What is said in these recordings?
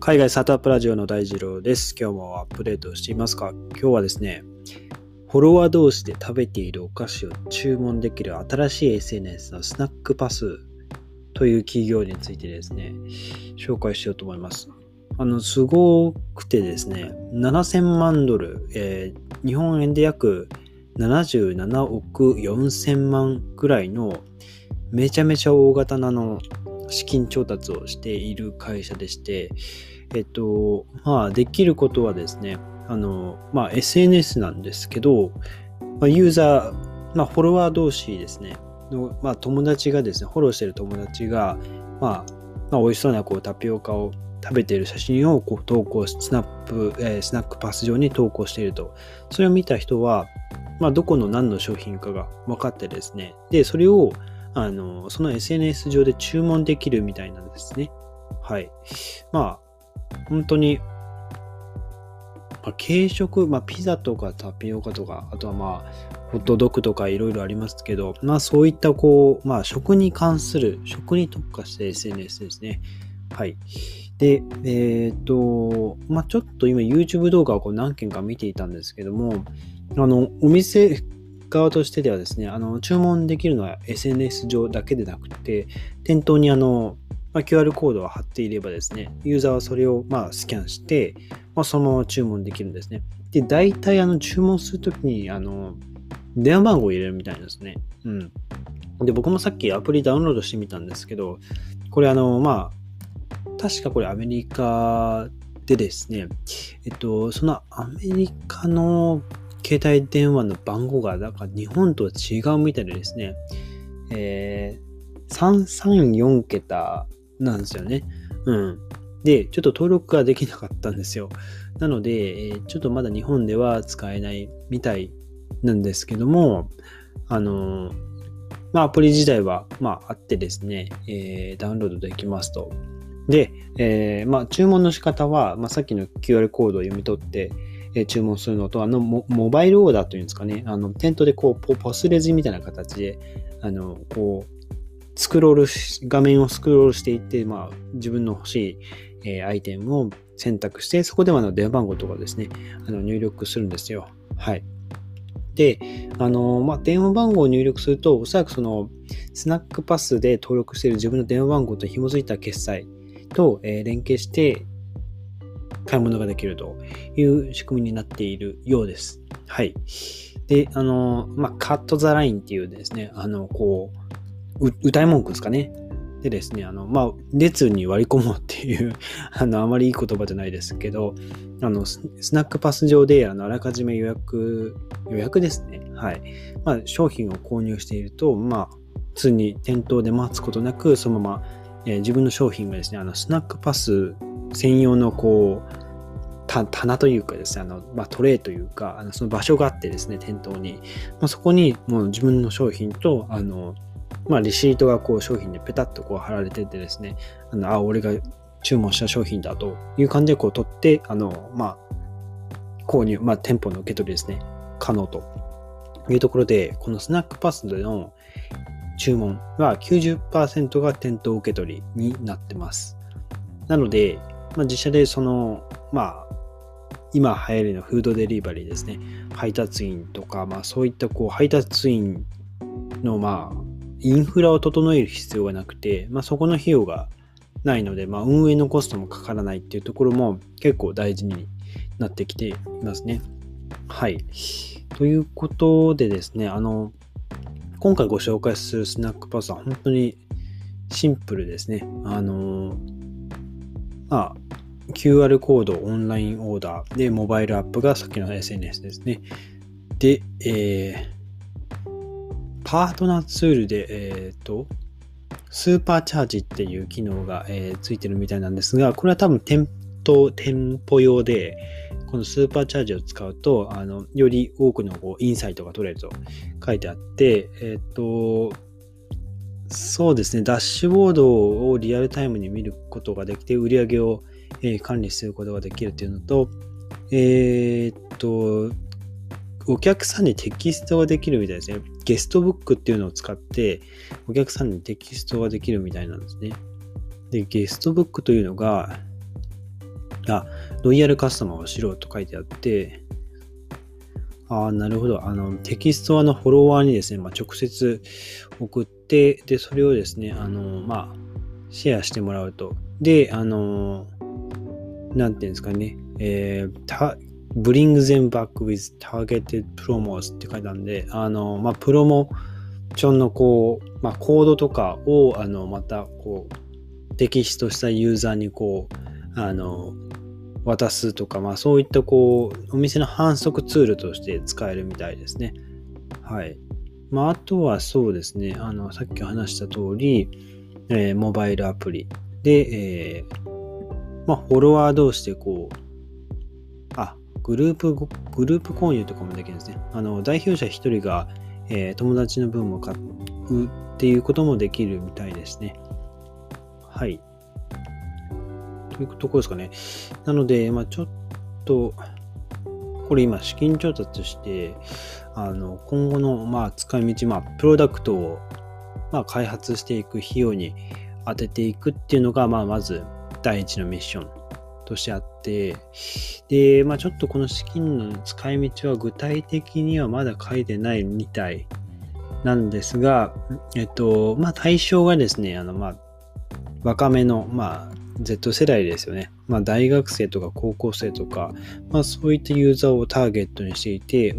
海外スタートアップラジオの大二郎です。今日もアップデートしていますか？今日はですね、フォロワー同士で食べているお菓子を注文できる新しい SNS のスナックパスという企業についてですね、紹介しようと思います。すごくてですね、7000万ドル、日本円で約77億4000万ぐらいのめちゃめちゃ大型な資金調達をしている会社でして、できることはですね、SNS なんですけど、ユーザー、フォロワー同士ですね、友達がですね、フォローしている友達が、美味しそうなタピオカを食べている写真を投稿し、スナックパス上に投稿していると。それを見た人は、どこの何の商品かが分かってですね、で、それをその SNS 上で注文できるみたいなんですね。はい。本当に、軽食、ピザとかタピオカとか、あとはホットドッグとかいろいろありますけど、そういった食に関する、食に特化した SNS ですね。はい。で、ちょっと今 YouTube 動画を何件か見ていたんですけども、お店側としてではですね、注文できるのは SNS 上だけでなくて、店頭にQR コードを貼っていればですね、ユーザーはそれをスキャンして、そのまま注文できるんですね。で、大体注文するときに電話番号を入れるみたいですね。で、僕もさっきアプリダウンロードしてみたんですけど、これ確かこれアメリカでですね、そのアメリカの携帯電話の番号が日本とは違うみたいでですね、334桁なんですよね。で、ちょっと登録ができなかったんですよ。なので、ちょっとまだ日本では使えないみたいなんですけども、アプリ自体はあってですね、ダウンロードできますと。で、注文の仕方は、さっきの QR コードを読み取って、注文するのと、モバイルオーダーというんですかね、店頭でポスレジみたいな形で、画面をスクロールしていって、自分の欲しい、アイテムを選択して、そこでは電話番号とかですね、入力するんですよ。はい。で、電話番号を入力すると、おそらくそのスナックパスで登録している自分の電話番号と紐づいた決済と、連携して買い物ができるという仕組みになっているようです。はい。で、カットザラインっていうですね、歌い文句ですかね。でですね、列に割り込もうっていうあまりいい言葉じゃないですけど、スナックパス上であらかじめ予約ですね。はい。商品を購入していると、普通に店頭で待つことなく、そのまま、自分の商品がですね、スナックパス専用の棚というかですね、トレイというか、その場所があってですね、店頭に。そこにもう自分の商品と、レシートが商品でペタッと貼られててですね、俺が注文した商品だという感じで取って、購入、店舗の受け取りですね、可能というところで、このスナックパスでの注文は 90% が店頭受け取りになってます。なので、実社で今流行りのフードデリバリーですね、配達員とか、そういった配達員のインフラを整える必要がなくて、そこの費用がないので、運営のコストもかからないっていうところも結構大事になってきていますね。はい。ということでですね、今回ご紹介するスナックパスは本当にシンプルですね。QR コード、オンラインオーダーで、モバイルアップがさっきの SNS ですね。で、パートナーツールで、スーパーチャージっていう機能が、ついてるみたいなんですが、これは多分店舗用で、このスーパーチャージを使うと、より多くのインサイトが取れると書いてあって、そうですね、ダッシュボードをリアルタイムに見ることができて、売り上げを、管理することができるというのと、お客さんにテキストができるみたいですね。ゲストブックっていうのを使って、お客さんにテキストができるみたいなんですね。で、ゲストブックというのが、 ロイヤルカスタマーをしろと書いてあって、なるほど。テキストフォロワーにですね、直接送って、で、それをですね、シェアしてもらうと。で、なんていうんですかね、bring them back with targeted promos って書いてあるんで、プロモーションのコードとかを、また、テキストしたユーザーに、渡すとか、そういった、お店の販促ツールとして使えるみたいですね。はい。あとはそうですね、さっき話した通り、モバイルアプリで、フォロワー同士でグループ購入とかもできるんですね。代表者一人が、友達の分も買うっていうこともできるみたいですね。はい。というところですかね。なので、ちょっと、これ今、資金調達して、今後の、使い道、プロダクトを、開発していく費用に当てていくっていうのが、まず、第一のミッションとしてあって、で、ちょっとこの資金の使い道は具体的にはまだ書いてないみたいなんですが、対象がですね、若めの、Z 世代ですよね。大学生とか高校生とか、そういったユーザーをターゲットにしていて、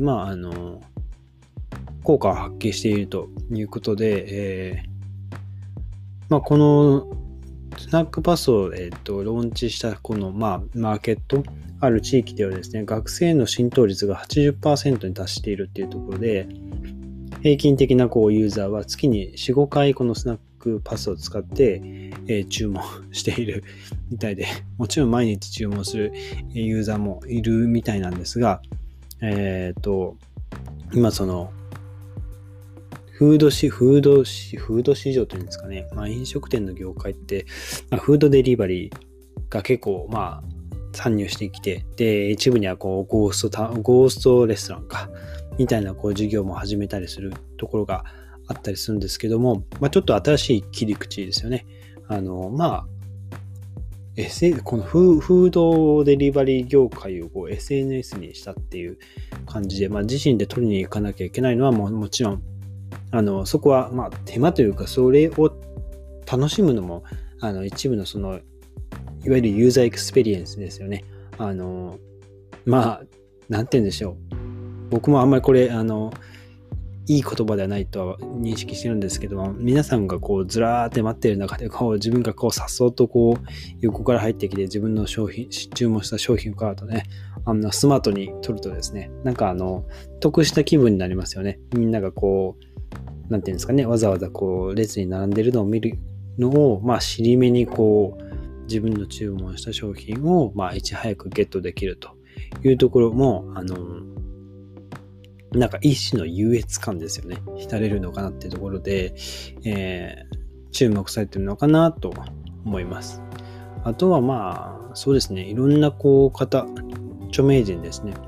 効果を発揮しているということで、このスナックパスを、ローンチしたこの、マーケット、ある地域ではですね、学生の浸透率が 80% に達しているっていうところで、平均的なユーザーは月に 4,5 回このスナックパスを使って、注文しているみたいで、もちろん毎日注文するユーザーもいるみたいなんですが、今そのフード市場というんですかね、飲食店の業界って、フードデリバリーが結構参入してきて、で一部にはゴーストレストランかみたいな事業も始めたりするところがあったりするんですけども、ちょっと新しい切り口ですよね。このフードデリバリー業界をSNS にしたっていう感じで、自身で取りに行かなきゃいけないのはもちろん、そこは手間というか、それを楽しむのも一部のいわゆるユーザーエクスペリエンスですよね。なんて言うんでしょう。僕もあんまりこれいい言葉ではないとは認識してるんですけど、皆さんがずらーって待ってる中で自分がさっそうと横から入ってきて自分の注文した商品を買うとね、スマートに取るとですね、得した気分になりますよね。みんながなんていうんですかね、わざわざ列に並んでるのを見るのを尻目に自分の注文した商品をいち早くゲットできるというところも一種の優越感ですよね。浸れるのかなっていうところで、注目されてるのかなと思います。あとはそうですね、いろんな著名人ですね、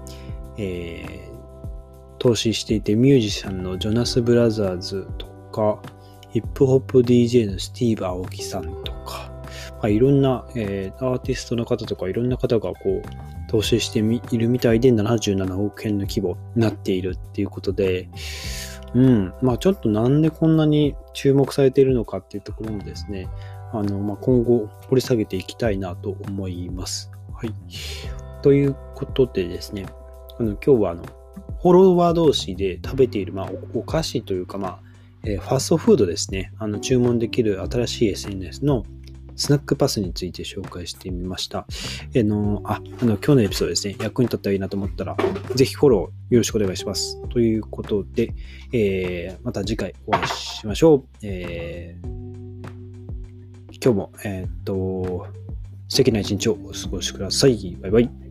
投資していて、ミュージシャンのジョナス・ブラザーズとか、ヒップホップ DJ のスティーブ・アオキさんとか、いろんな、アーティストの方とかいろんな方が投資しているみたいで77億円の規模になっているっていうことで、ちょっとなんでこんなに注目されているのかっていうところもですね、今後掘り下げていきたいなと思います。はい。ということでですね、今日はフォロワー同士で食べている、お菓子というか、ファストフードですね、注文できる新しい SNS のスナックパスについて紹介してみました。今日のエピソードですね、役に立ったらいいなと思ったら、ぜひフォローよろしくお願いします。ということで、また次回お会いしましょう。今日も、素敵な一日をお過ごしください。バイバイ。